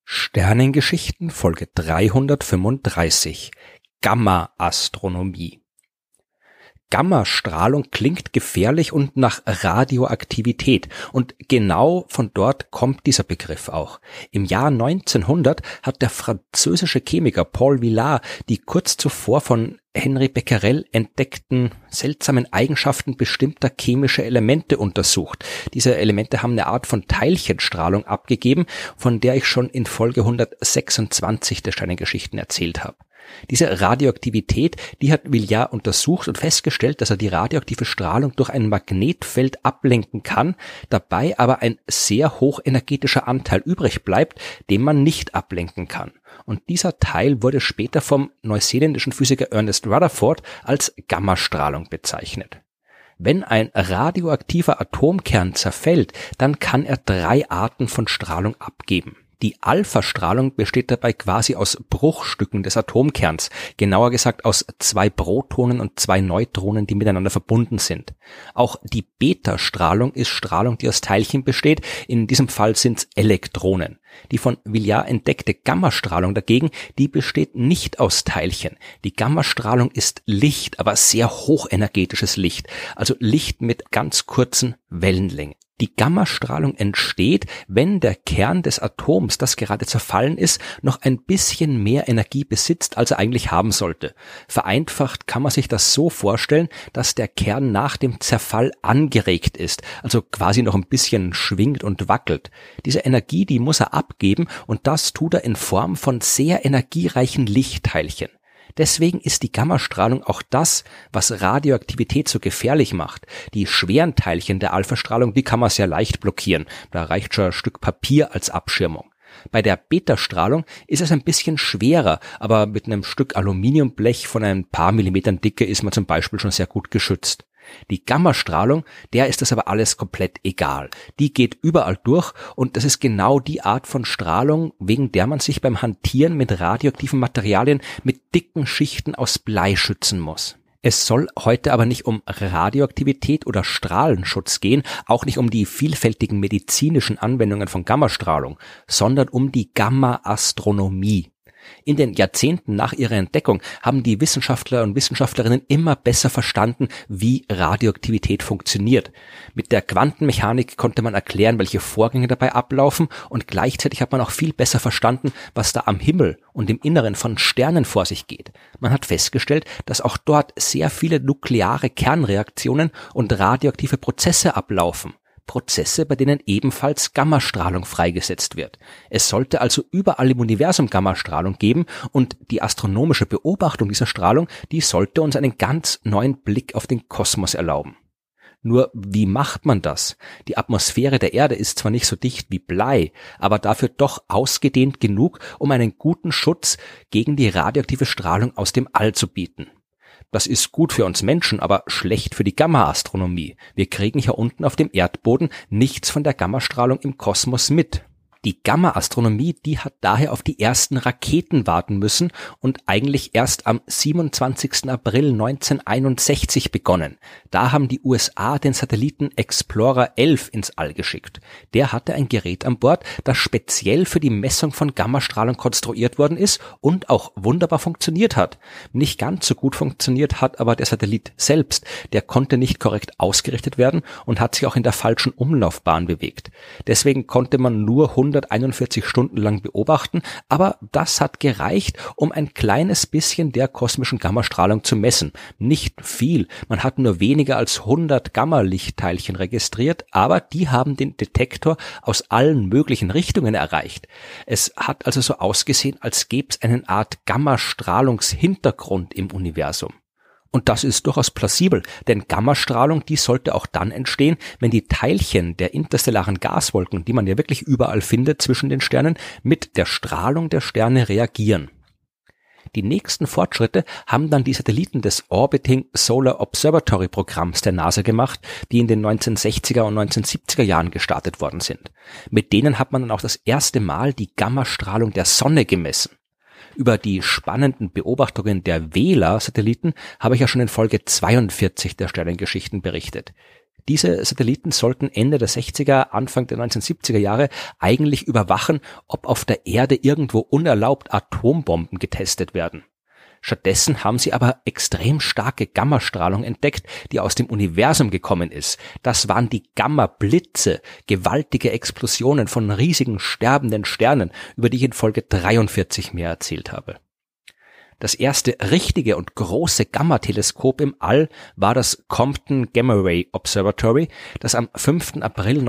Sternengeschichten Folge 335 Gamma-Astronomie. Gammastrahlung klingt gefährlich und nach Radioaktivität und genau von dort kommt dieser Begriff auch. Im Jahr 1900 hat der französische Chemiker Paul Villard die kurz zuvor von Henri Becquerel entdeckten seltsamen Eigenschaften bestimmter chemischer Elemente untersucht. Diese Elemente haben eine Art von Teilchenstrahlung abgegeben, von der ich schon in Folge 126 der Sternengeschichten erzählt habe. Diese Radioaktivität, die hat Villard untersucht und festgestellt, dass er die radioaktive Strahlung durch ein Magnetfeld ablenken kann, dabei aber ein sehr hochenergetischer Anteil übrig bleibt, den man nicht ablenken kann. Und dieser Teil wurde später vom neuseeländischen Physiker Ernest Rutherford als Gammastrahlung bezeichnet. Wenn ein radioaktiver Atomkern zerfällt, dann kann er 3 Arten von Strahlung abgeben. Die Alpha-Strahlung besteht dabei quasi aus Bruchstücken des Atomkerns, genauer gesagt aus 2 Protonen und 2 Neutronen, die miteinander verbunden sind. Auch die Beta-Strahlung ist Strahlung, die aus Teilchen besteht, in diesem Fall sind es Elektronen. Die von Villard entdeckte Gammastrahlung dagegen, die besteht nicht aus Teilchen. Die Gammastrahlung ist Licht, aber sehr hochenergetisches Licht, also Licht mit ganz kurzen Wellenlängen. Die Gammastrahlung entsteht, wenn der Kern des Atoms, das gerade zerfallen ist, noch ein bisschen mehr Energie besitzt, als er eigentlich haben sollte. Vereinfacht kann man sich das so vorstellen, dass der Kern nach dem Zerfall angeregt ist, also quasi noch ein bisschen schwingt und wackelt. Diese Energie, die muss er abgeben und das tut er in Form von sehr energiereichen Lichtteilchen. Deswegen ist die Gammastrahlung auch das, was Radioaktivität so gefährlich macht. Die schweren Teilchen der Alphastrahlung, die kann man sehr leicht blockieren. Da reicht schon ein Stück Papier als Abschirmung. Bei der Beta-Strahlung ist es ein bisschen schwerer, aber mit einem Stück Aluminiumblech von ein paar Millimetern Dicke ist man zum Beispiel schon sehr gut geschützt. Die Gammastrahlung, der ist das aber alles komplett egal. Die geht überall durch und das ist genau die Art von Strahlung, wegen der man sich beim Hantieren mit radioaktiven Materialien mit dicken Schichten aus Blei schützen muss. Es soll heute aber nicht um Radioaktivität oder Strahlenschutz gehen, auch nicht um die vielfältigen medizinischen Anwendungen von Gammastrahlung, sondern um die Gamma-Astronomie. In den Jahrzehnten nach ihrer Entdeckung haben die Wissenschaftler und Wissenschaftlerinnen immer besser verstanden, wie Radioaktivität funktioniert. Mit der Quantenmechanik konnte man erklären, welche Vorgänge dabei ablaufen und gleichzeitig hat man auch viel besser verstanden, was da am Himmel und im Inneren von Sternen vor sich geht. Man hat festgestellt, dass auch dort sehr viele nukleare Kernreaktionen und radioaktive Prozesse ablaufen. Prozesse, bei denen ebenfalls Gammastrahlung freigesetzt wird. Es sollte also überall im Universum Gammastrahlung geben und die astronomische Beobachtung dieser Strahlung, die sollte uns einen ganz neuen Blick auf den Kosmos erlauben. Nur wie macht man das? Die Atmosphäre der Erde ist zwar nicht so dicht wie Blei, aber dafür doch ausgedehnt genug, um einen guten Schutz gegen die radioaktive Strahlung aus dem All zu bieten. Das ist gut für uns Menschen, aber schlecht für die Gamma-Astronomie. Wir kriegen hier unten auf dem Erdboden nichts von der Gammastrahlung im Kosmos mit. Die Gamma-Astronomie, die hat daher auf die ersten Raketen warten müssen und eigentlich erst am 27. April 1961 begonnen. Da haben die USA den Satelliten Explorer 11 ins All geschickt. Der hatte ein Gerät an Bord, das speziell für die Messung von Gammastrahlung konstruiert worden ist und auch wunderbar funktioniert hat. Nicht ganz so gut funktioniert hat aber der Satellit selbst. Der konnte nicht korrekt ausgerichtet werden und hat sich auch in der falschen Umlaufbahn bewegt. Deswegen konnte man nur 141 Stunden lang beobachten, aber das hat gereicht, um ein kleines bisschen der kosmischen Gammastrahlung zu messen. Nicht viel, man hat nur weniger als 100 Gamma-Lichtteilchen registriert, aber die haben den Detektor aus allen möglichen Richtungen erreicht. Es hat also so ausgesehen, als gäbe es eine Art Gammastrahlungshintergrund im Universum. Und das ist durchaus plausibel, denn Gammastrahlung, die sollte auch dann entstehen, wenn die Teilchen der interstellaren Gaswolken, die man ja wirklich überall findet zwischen den Sternen, mit der Strahlung der Sterne reagieren. Die nächsten Fortschritte haben dann die Satelliten des Orbiting Solar Observatory Programms der NASA gemacht, die in den 1960er und 1970er Jahren gestartet worden sind. Mit denen hat man dann auch das erste Mal die Gammastrahlung der Sonne gemessen. Über die spannenden Beobachtungen der Vela-Satelliten habe ich ja schon in Folge 42 der Sternengeschichten berichtet. Diese Satelliten sollten Ende der 60er, Anfang der 1970er Jahre eigentlich überwachen, ob auf der Erde irgendwo unerlaubt Atombomben getestet werden. Stattdessen haben sie aber extrem starke Gammastrahlung entdeckt, die aus dem Universum gekommen ist. Das waren die Gamma-Blitze, gewaltige Explosionen von riesigen sterbenden Sternen, über die ich in Folge 43 mehr erzählt habe. Das erste richtige und große Gamma-Teleskop im All war das Compton Gamma Ray Observatory, das am 5. April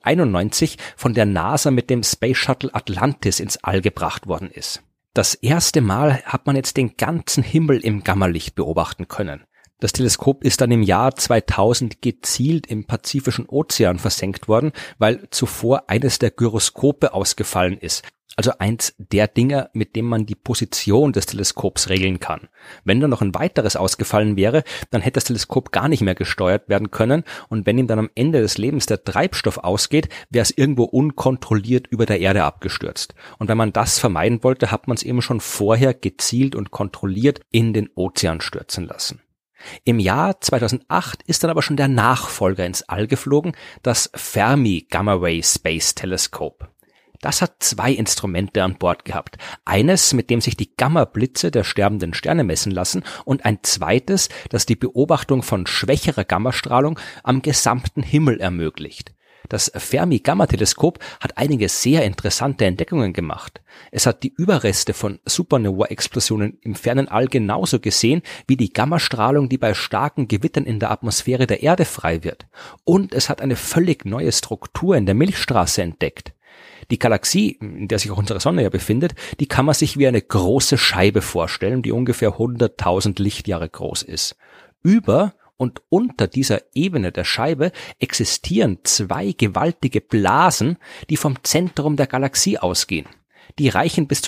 1991 von der NASA mit dem Space Shuttle Atlantis ins All gebracht worden ist. Das erste Mal hat man jetzt den ganzen Himmel im Gammalicht beobachten können. Das Teleskop ist dann im Jahr 2000 gezielt im Pazifischen Ozean versenkt worden, weil zuvor eines der Gyroskope ausgefallen ist. Also eins der Dinger, mit dem man die Position des Teleskops regeln kann. Wenn da noch ein weiteres ausgefallen wäre, dann hätte das Teleskop gar nicht mehr gesteuert werden können und wenn ihm dann am Ende des Lebens der Treibstoff ausgeht, wäre es irgendwo unkontrolliert über der Erde abgestürzt. Und wenn man das vermeiden wollte, hat man es eben schon vorher gezielt und kontrolliert in den Ozean stürzen lassen. Im Jahr 2008 ist dann aber schon der Nachfolger ins All geflogen, das Fermi Gamma Ray Space Telescope. Das hat zwei Instrumente an Bord gehabt. Eines, mit dem sich die Gamma-Blitze der sterbenden Sterne messen lassen und ein zweites, das die Beobachtung von schwächerer Gammastrahlung am gesamten Himmel ermöglicht. Das Fermi-Gamma-Teleskop hat einige sehr interessante Entdeckungen gemacht. Es hat die Überreste von Supernova-Explosionen im fernen All genauso gesehen wie die Gammastrahlung, die bei starken Gewittern in der Atmosphäre der Erde frei wird. Und es hat eine völlig neue Struktur in der Milchstraße entdeckt. Die Galaxie, in der sich auch unsere Sonne ja befindet, die kann man sich wie eine große Scheibe vorstellen, die ungefähr 100.000 Lichtjahre groß ist. Über und unter dieser Ebene der Scheibe existieren zwei gewaltige Blasen, die vom Zentrum der Galaxie ausgehen. Die reichen bis zu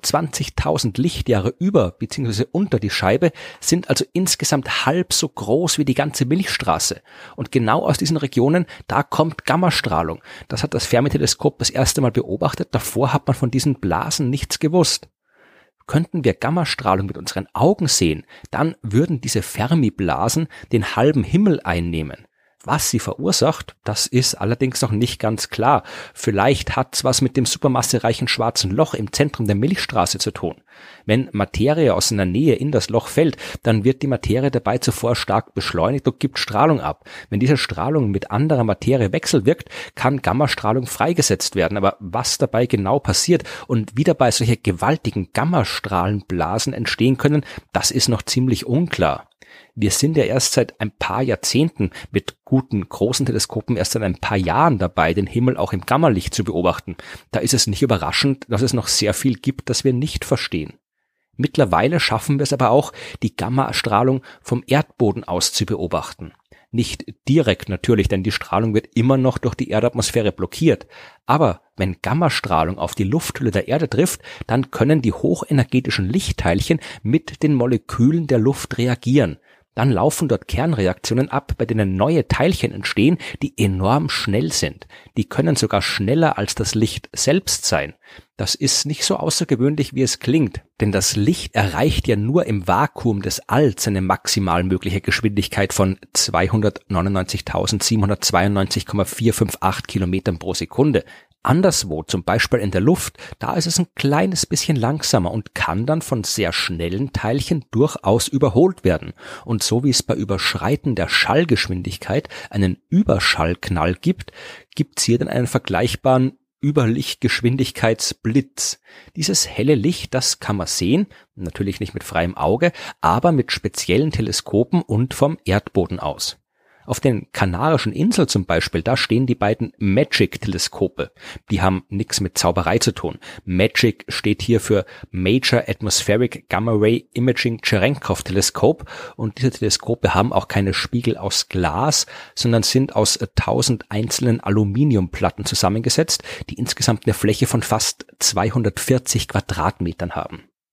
25.000 Lichtjahre über bzw. unter die Scheibe, sind also insgesamt halb so groß wie die ganze Milchstraße. Und genau aus diesen Regionen, da kommt Gammastrahlung. Das hat das Fermi-Teleskop das erste Mal beobachtet. Davor hat man von diesen Blasen nichts gewusst. Könnten wir Gammastrahlung mit unseren Augen sehen, dann würden diese Fermi-Blasen den halben Himmel einnehmen. Was sie verursacht, das ist allerdings noch nicht ganz klar. Vielleicht hat's was mit dem supermassereichen schwarzen Loch im Zentrum der Milchstraße zu tun. Wenn Materie aus einer Nähe in das Loch fällt, dann wird die Materie dabei zuvor stark beschleunigt und gibt Strahlung ab. Wenn diese Strahlung mit anderer Materie wechselwirkt, kann Gammastrahlung freigesetzt werden. Aber was dabei genau passiert und wie dabei solche gewaltigen Gammastrahlenblasen entstehen können, das ist noch ziemlich unklar. Wir sind ja erst seit ein paar Jahrzehnten mit guten, großen Teleskopen erst seit ein paar Jahren dabei, den Himmel auch im Gammalicht zu beobachten. Da ist es nicht überraschend, dass es noch sehr viel gibt, das wir nicht verstehen. Mittlerweile schaffen wir es aber auch, die Gammastrahlung vom Erdboden aus zu beobachten. Nicht direkt natürlich, denn die Strahlung wird immer noch durch die Erdatmosphäre blockiert. Aber wenn Gammastrahlung auf die Lufthülle der Erde trifft, dann können die hochenergetischen Lichtteilchen mit den Molekülen der Luft reagieren. Dann laufen dort Kernreaktionen ab, bei denen neue Teilchen entstehen, die enorm schnell sind. Die können sogar schneller als das Licht selbst sein. Das ist nicht so außergewöhnlich, wie es klingt, denn das Licht erreicht ja nur im Vakuum des Alls eine maximal mögliche Geschwindigkeit von 299.792,458 Kilometern pro Sekunde. Anderswo, zum Beispiel in der Luft, da ist es ein kleines bisschen langsamer und kann dann von sehr schnellen Teilchen durchaus überholt werden. Und so wie es bei Überschreiten der Schallgeschwindigkeit einen Überschallknall gibt, gibt's hier dann einen vergleichbaren Überlichtgeschwindigkeitsblitz. Dieses helle Licht, das kann man sehen, natürlich nicht mit freiem Auge, aber mit speziellen Teleskopen und vom Erdboden aus. Auf den Kanarischen Inseln zum Beispiel, da stehen die beiden MAGIC-Teleskope. Die haben nichts mit Zauberei zu tun. MAGIC steht hier für Major Atmospheric Gamma Ray Imaging Cherenkov Telescope und diese Teleskope haben auch keine Spiegel aus Glas, sondern sind aus 1000 einzelnen Aluminiumplatten zusammengesetzt, die insgesamt eine Fläche von fast 240 Quadratmetern haben.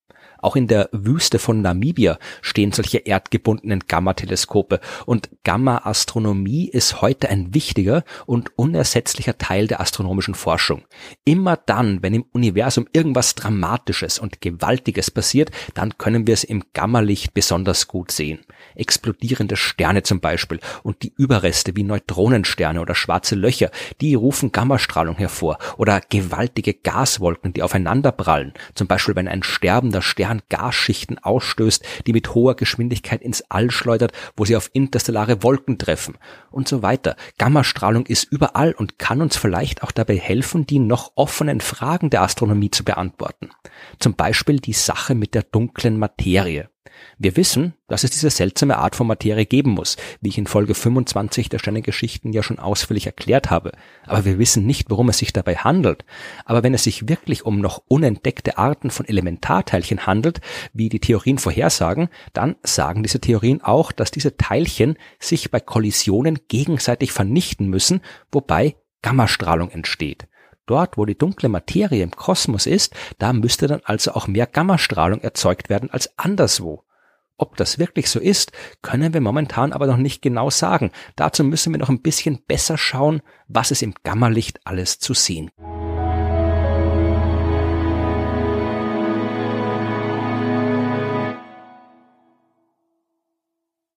Auch in der Wüste von Namibia stehen solche erdgebundenen Gamma-Teleskope und Gamma-Astronomie ist heute ein wichtiger und unersetzlicher Teil der astronomischen Forschung. Immer dann, wenn im Universum irgendwas Dramatisches und Gewaltiges passiert, dann können wir es im Gammalicht besonders gut sehen. Explodierende Sterne zum Beispiel und die Überreste wie Neutronensterne oder schwarze Löcher, die rufen Gammastrahlung hervor oder gewaltige Gaswolken, die aufeinanderprallen, zum Beispiel wenn ein sterbender Stern Gasschichten ausstößt, die mit hoher Geschwindigkeit ins All schleudert, wo sie auf interstellare Wolken treffen und so weiter. Gammastrahlung ist überall und kann uns vielleicht auch dabei helfen, die noch offenen Fragen der Astronomie zu beantworten. Zum Beispiel die Sache mit der dunklen Materie. Wir wissen, dass es diese seltsame Art von Materie geben muss, wie ich in Folge 25 der Sternengeschichten ja schon ausführlich erklärt habe. Aber wir wissen nicht, worum es sich dabei handelt. Aber wenn es sich wirklich um noch unentdeckte Arten von Elementarteilchen handelt, wie die Theorien vorhersagen, dann sagen diese Theorien auch, dass diese Teilchen sich bei Kollisionen gegenseitig vernichten müssen, wobei Gammastrahlung entsteht. Dort, wo die dunkle Materie im Kosmos ist, da müsste dann also auch mehr Gammastrahlung erzeugt werden als anderswo. Ob das wirklich so ist, können wir momentan aber noch nicht genau sagen. Dazu müssen wir noch ein bisschen besser schauen, was es im Gammalicht alles zu sehen gibt.